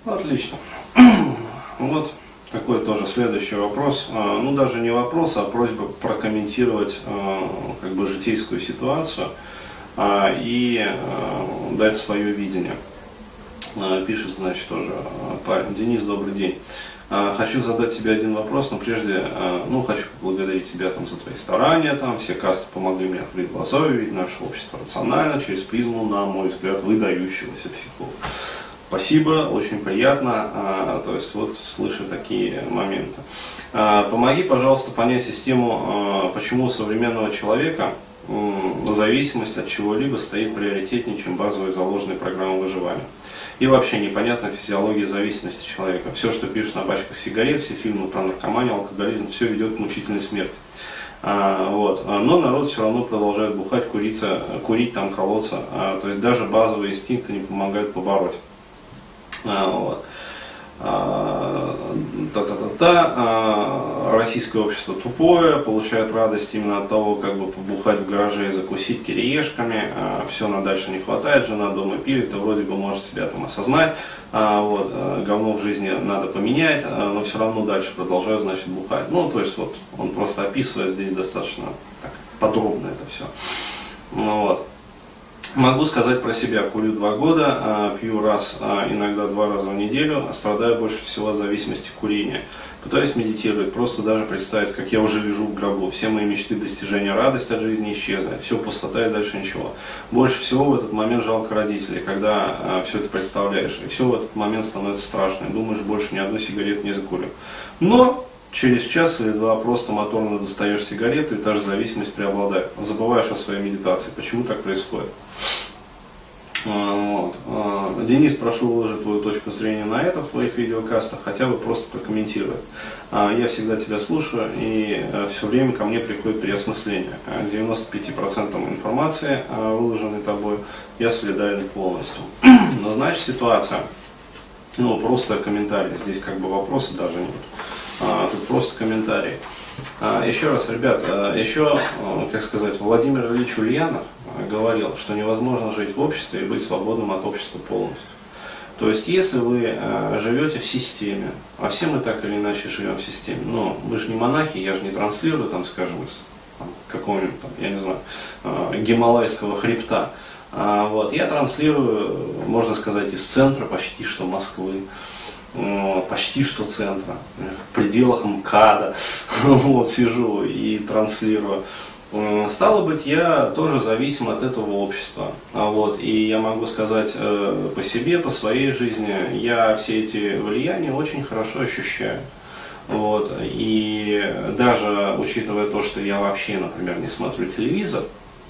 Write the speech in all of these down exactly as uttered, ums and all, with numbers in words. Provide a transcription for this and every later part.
Отлично. Вот такой тоже следующий вопрос. Ну, даже не вопрос, а просьба прокомментировать как бы житейскую ситуацию и дать свое видение. Пишет, значит, тоже парень. Денис, добрый день. Хочу задать тебе один вопрос, но прежде, ну, хочу поблагодарить тебя там за твои старания, там, все касты помогли мне открыть глаза и увидеть наше общество рационально, через призму, на мой взгляд, выдающегося психолога. Спасибо, очень приятно, а, то есть вот слышу такие моменты. А, помоги, пожалуйста, понять систему, а, почему у современного человека м, зависимость от чего-либо стоит приоритетнее, чем базовые заложенные программы выживания. И вообще непонятна физиология зависимости человека. Все, что пишут на пачках сигарет, все фильмы про наркоманию, алкоголизм, все ведет к мучительной смерти. А, вот. Но народ все равно продолжает бухать, куриться, курить, там, колоться. А, то есть даже базовые инстинкты не помогают побороть. А, вот. а, та-та-та-та, а, российское общество тупое, получает радость именно от того, как бы побухать в гараже и закусить кириешками, а, все на дальше не хватает, жена дома пилит, и вроде бы может себя там осознать, а, вот, а, говно в жизни надо поменять, а, но все равно дальше продолжает, значит, бухать. Ну, то есть вот он просто описывает здесь достаточно так, подробно это все. Ну, вот. Могу сказать про себя, курю два года, пью раз, иногда два раза в неделю, страдаю больше всего от зависимости курения. Пытаюсь медитировать, просто даже представить, как я уже лежу в гробу. Все мои мечты, достижения, радость от жизни исчезли, все пустота и дальше ничего. Больше всего в этот момент жалко родителей, когда все это представляешь, и все в этот момент становится страшно, и думаешь, больше ни одной сигареты не закурю. Но через час или два просто моторно достаешь сигарету, и та же зависимость преобладает. Забываешь о своей медитации. Почему так происходит? Вот. Денис, прошу выложить твою точку зрения на это в твоих видеокастах, хотя бы просто прокомментировать. Я всегда тебя слушаю, и все время ко мне приходит переосмысление. К девяноста пяти процентам информации, выложенной тобой, я солидарен полностью. Но значит ситуация, ну просто комментарий, здесь как бы вопроса даже нет. А, тут просто комментарий. А, еще раз, ребят, а, еще, а, как сказать, Владимир Ильич Ульянов говорил, что невозможно жить в обществе и быть свободным от общества полностью. То есть, если вы а, живете в системе, а все мы так или иначе живем в системе, но мы же не монахи, я же не транслирую, там, скажем, из какого-нибудь, там, я не знаю, а, гималайского хребта. А, вот, я транслирую, можно сказать, из центра почти что Москвы. Почти что центра, в пределах МКАДа, вот, сижу и транслирую. Стало быть, я тоже зависим от этого общества. Вот, и я могу сказать э, по себе, по своей жизни, я все эти влияния очень хорошо ощущаю. Вот, и даже учитывая то, что я вообще, например, не смотрю телевизор,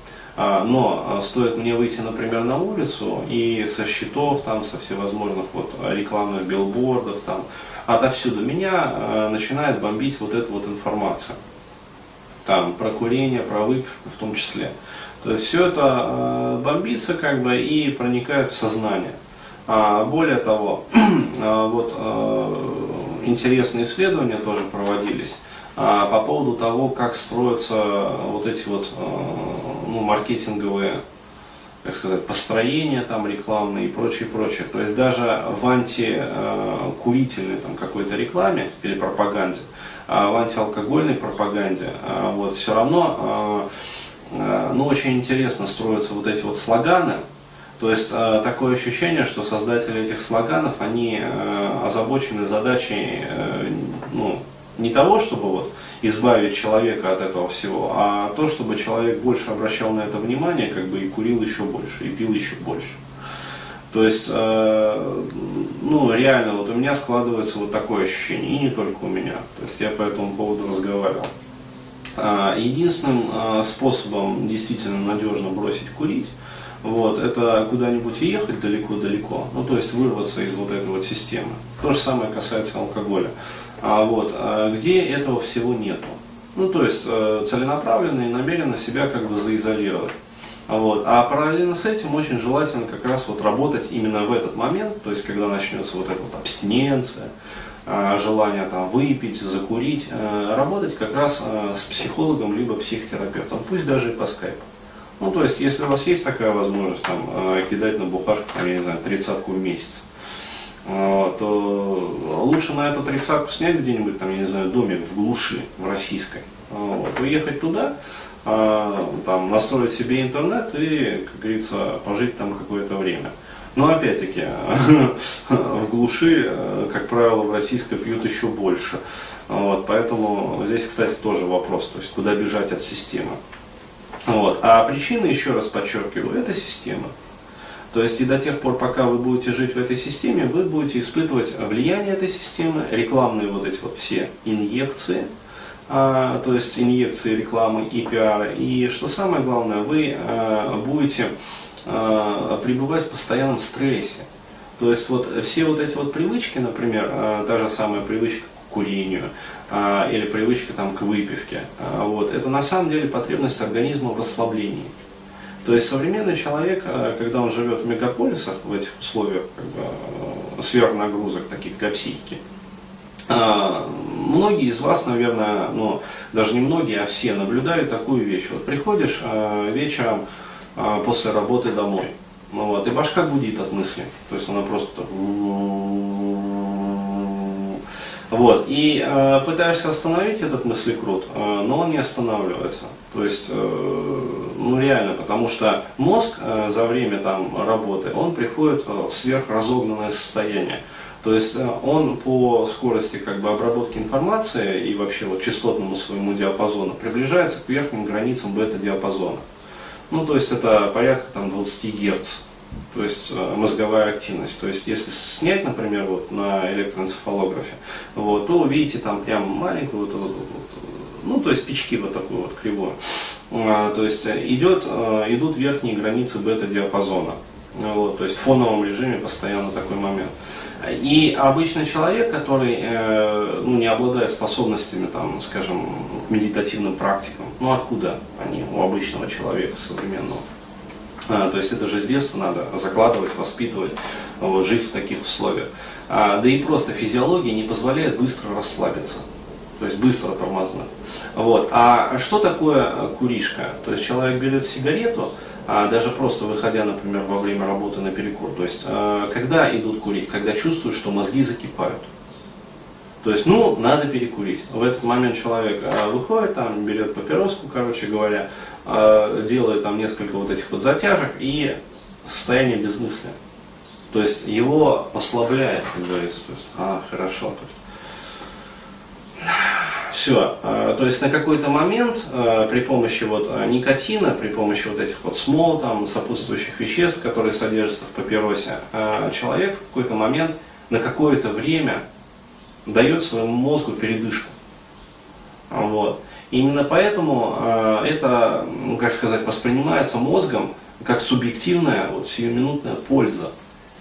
но стоит мне выйти, например, на улицу и со счетов, там, со всевозможных вот, рекламных билбордов, там, отовсюду меня э, начинает бомбить вот эта вот информация. Там, про курение, про выпивку в том числе. То есть все это э, бомбится как бы и проникает в сознание. А, более того, э, вот, э, интересные исследования тоже проводились по поводу того, как строятся вот эти вот ну, маркетинговые, как сказать, построения там рекламные и прочее, прочее. То есть даже в антикурительной там какой-то рекламе или пропаганде, в антиалкогольной пропаганде, вот все равно, ну, очень интересно строятся вот эти вот слоганы. То есть э, такое ощущение, что создатели этих слоганов, они э, озабочены задачей, э, ну, не того, чтобы вот избавить человека от этого всего, а то, чтобы человек больше обращал на это внимание, как бы и курил еще больше, и пил еще больше. То есть, э, ну, реально, вот у меня складывается вот такое ощущение, и не только у меня. То есть я по этому поводу разговаривал. Э, единственным э, способом действительно надежно бросить курить, вот, это куда-нибудь ехать далеко-далеко, ну, то есть вырваться из вот этой вот системы. То же самое касается алкоголя. А, вот, а где этого всего нету. Ну, то есть э, целенаправленно и намеренно себя как бы заизолировать. А, вот, а параллельно с этим очень желательно как раз вот работать именно в этот момент, то есть когда начнется вот эта вот абстиненция, э, желание там выпить, закурить, э, работать как раз э, с психологом либо психотерапевтом, пусть даже и по скайпу. Ну, то есть, если у вас есть такая возможность там, э, кидать на бухашку, там, я не знаю, тридцатку в месяц, то лучше на эту тридцатку снять где-нибудь, там, я не знаю, домик в глуши, в российской, вот, уехать туда, там, настроить себе интернет и, как говорится, пожить там какое-то время. Но опять-таки, в глуши, как правило, в российской пьют еще больше. Вот, поэтому здесь, кстати, тоже вопрос, то есть куда бежать от системы. Вот. А причина, еще раз подчеркиваю, это система. То есть и до тех пор, пока вы будете жить в этой системе, вы будете испытывать влияние этой системы, рекламные вот эти вот все инъекции, а, то есть инъекции рекламы и пиара. И что самое главное, вы а, будете а, пребывать в постоянном стрессе. То есть вот все вот эти вот привычки, например, а, та же самая привычка к курению а, или привычка там, к выпивке, а, вот, это на самом деле потребность организма в расслаблении. То есть современный человек, когда он живет в мегаполисах, в этих условиях как бы, сверхнагрузок таких для психики, многие из вас, наверное, ну, даже не многие, а все наблюдали такую вещь. Вот приходишь вечером после работы домой, ну, вот, и башка гудит от мысли, то есть она просто... Вот, и э, пытаешься остановить этот мыслекрут, э, но он не останавливается. То есть, э, ну реально, потому что мозг э, за время там, работы, он приходит в сверхразогнанное состояние. То есть э, он по скорости как бы, обработки информации и вообще вот, частотному своему диапазону приближается к верхним границам бета-диапазона. Ну то есть это порядка там, двадцать герц. То есть э, мозговая активность. То есть если снять, например, вот, на электроэнцефалографе, вот, то вы видите там прям маленькую, вот, вот, вот, ну то есть пички вот такую вот кривую. А, то есть идет, э, идут верхние границы бета-диапазона. Вот, то есть в фоновом режиме постоянно такой момент. И обычный человек, который э, ну, не обладает способностями, там, скажем, к медитативным практикам, ну откуда они у обычного человека современного? А, то есть это же с детства надо закладывать, воспитывать, вот, жить в таких условиях. А, да и просто физиология не позволяет быстро расслабиться, то есть быстро тормознуть. Вот. А что такое куришка? То есть человек берет сигарету, а, даже просто выходя, например, во время работы на перекур. То есть а, когда идут курить? Когда чувствуют, что мозги закипают. То есть, ну, надо перекурить. В этот момент человек а, выходит, там, берет папироску, короче говоря, а, делает там несколько вот этих вот затяжек и состояние безмыслия. То есть его послабляет, как говорится. То есть, а, хорошо. То есть, все. А, то есть на какой-то момент а, при помощи вот никотина, при помощи вот этих вот смол, там, сопутствующих веществ, которые содержатся в папиросе, а, человек в какой-то момент на какое-то время дает своему мозгу передышку. Вот. И именно поэтому э, это, ну, как сказать, воспринимается мозгом как субъективная, вот, сиюминутная польза.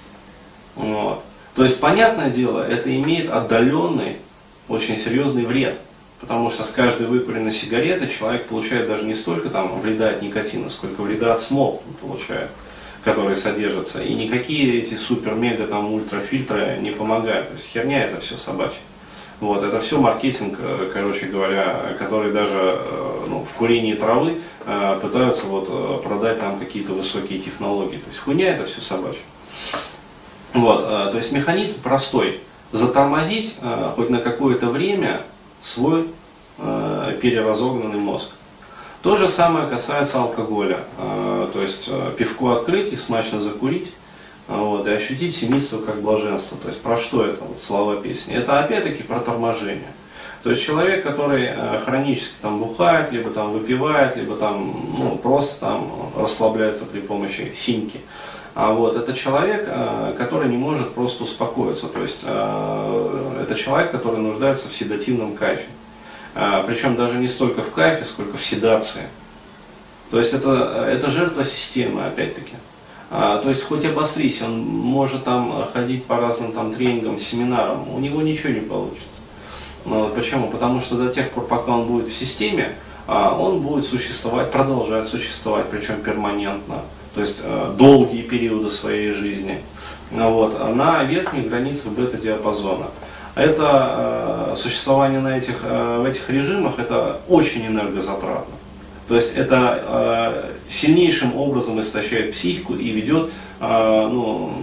Вот. То есть, понятное дело, это имеет отдаленный, очень серьезный вред. Потому что с каждой выкуренной сигареты человек получает даже не столько там, вреда от никотина, сколько вреда от смол он получает, которые содержатся. И никакие эти супер-мега там ультрафильтры не помогают. То есть херня это все собачья. Вот, это все маркетинг, короче говоря, который даже ну, в курении травы э, пытаются вот, продать нам какие-то высокие технологии. То есть хуйня это все собачья. Вот, э, то есть механизм простой. Затормозить э, хоть на какое-то время свой э, переразогнанный мозг. То же самое касается алкоголя. Э, то есть э, пивко открыть и смачно закурить. Вот, и ощутить семейство как блаженство. То есть про что это вот, слова песни? Это опять-таки про торможение. То есть человек, который э, хронически там, бухает, либо там, выпивает, либо там, ну, просто там, расслабляется при помощи синьки. А вот, это человек, э, который не может просто успокоиться. То есть э, это человек, который нуждается в седативном кайфе. Э, причем даже не столько в кайфе, сколько в седации. То есть это, это жертва системы, опять-таки. А, то есть хоть обосрись, он может там ходить по разным там тренингам, семинарам, у него ничего не получится. Но почему? Потому что до тех пор, пока он будет в системе, а, он будет существовать, продолжать существовать, причем перманентно, то есть а, долгие периоды своей жизни, вот, на верхних границах бета-диапазона. Это а, существование на этих, а, в этих режимах, это очень энергозатратно. То есть это э, сильнейшим образом истощает психику и ведет э, ну,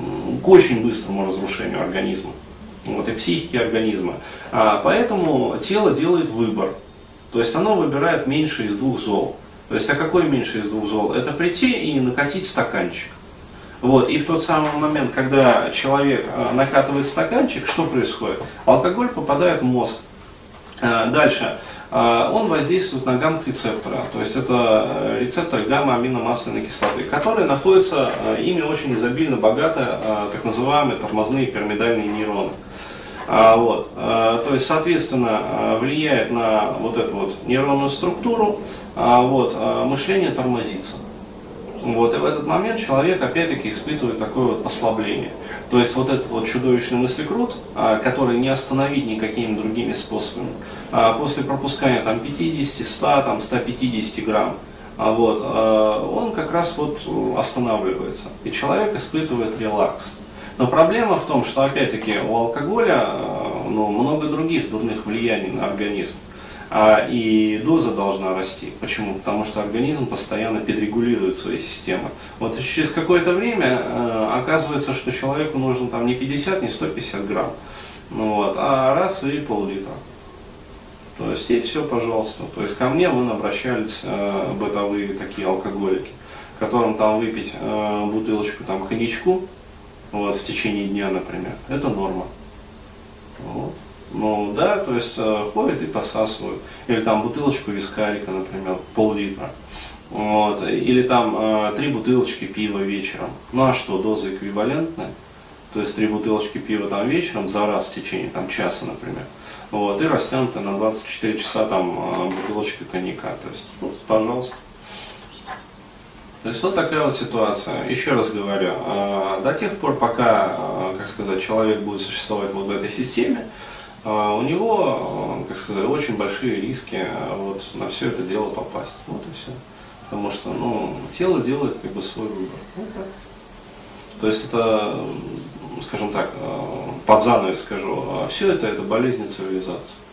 к очень быстрому разрушению организма, вот, и психики организма. А, поэтому тело делает выбор. То есть оно выбирает меньше из двух зол. То есть, а какой меньше из двух зол? Это прийти и накатить стаканчик. Вот, и в тот самый момент, когда человек накатывает стаканчик, что происходит? Алкоголь попадает в мозг. Дальше. Он воздействует на гамма-рецепторы, то есть это рецепторы гамма-аминомасляной кислоты, которые находятся, ими очень изобильно богаты так называемые тормозные пирамидальные нейроны. Вот. То есть, соответственно, влияет на вот эту вот нейронную структуру, вот, мышление тормозится. Вот, и в этот момент человек опять-таки испытывает такое вот послабление. То есть вот этот вот чудовищный мыслекрут, а, который не остановить никакими другими способами, а, после пропускания там пятьдесят, сто, там, сто пятьдесят грамм, а, вот, а, он как раз вот останавливается. И человек испытывает релакс. Но проблема в том, что опять-таки у алкоголя ну, много других дурных влияний на организм. А, и доза должна расти. Почему? Потому что организм постоянно подрегулирует свои системы. Вот через какое-то время э, оказывается, что человеку нужно там не пятьдесят, не сто пятьдесят грамм, ну, вот, а раз и пол-литра. То есть и все, пожалуйста. То есть ко мне вон обращались э, бытовые такие алкоголики, которым там выпить э, бутылочку там коньячку вот, в течение дня, например, это норма. Вот. Ну да, то есть э, ходят и посасывают. Или там бутылочку вискарика, например, пол-литра. Вот. Или там э, три бутылочки пива вечером. Ну а что, доза эквивалентная? То есть три бутылочки пива там вечером за раз в течение там, часа, например. Вот. И растянута на двадцать четыре часа там э, бутылочка коньяка. То есть, вот, пожалуйста. То есть вот такая вот ситуация. Еще раз говорю, э, до тех пор, пока, э, как сказать, человек будет существовать вот в этой системе, у него, как сказать, очень большие риски вот, на все это дело попасть. Вот и все. Потому что ну, тело делает как бы свой выбор. Вот так. То есть это, скажем так, под занавес скажу, все это это болезнь цивилизации.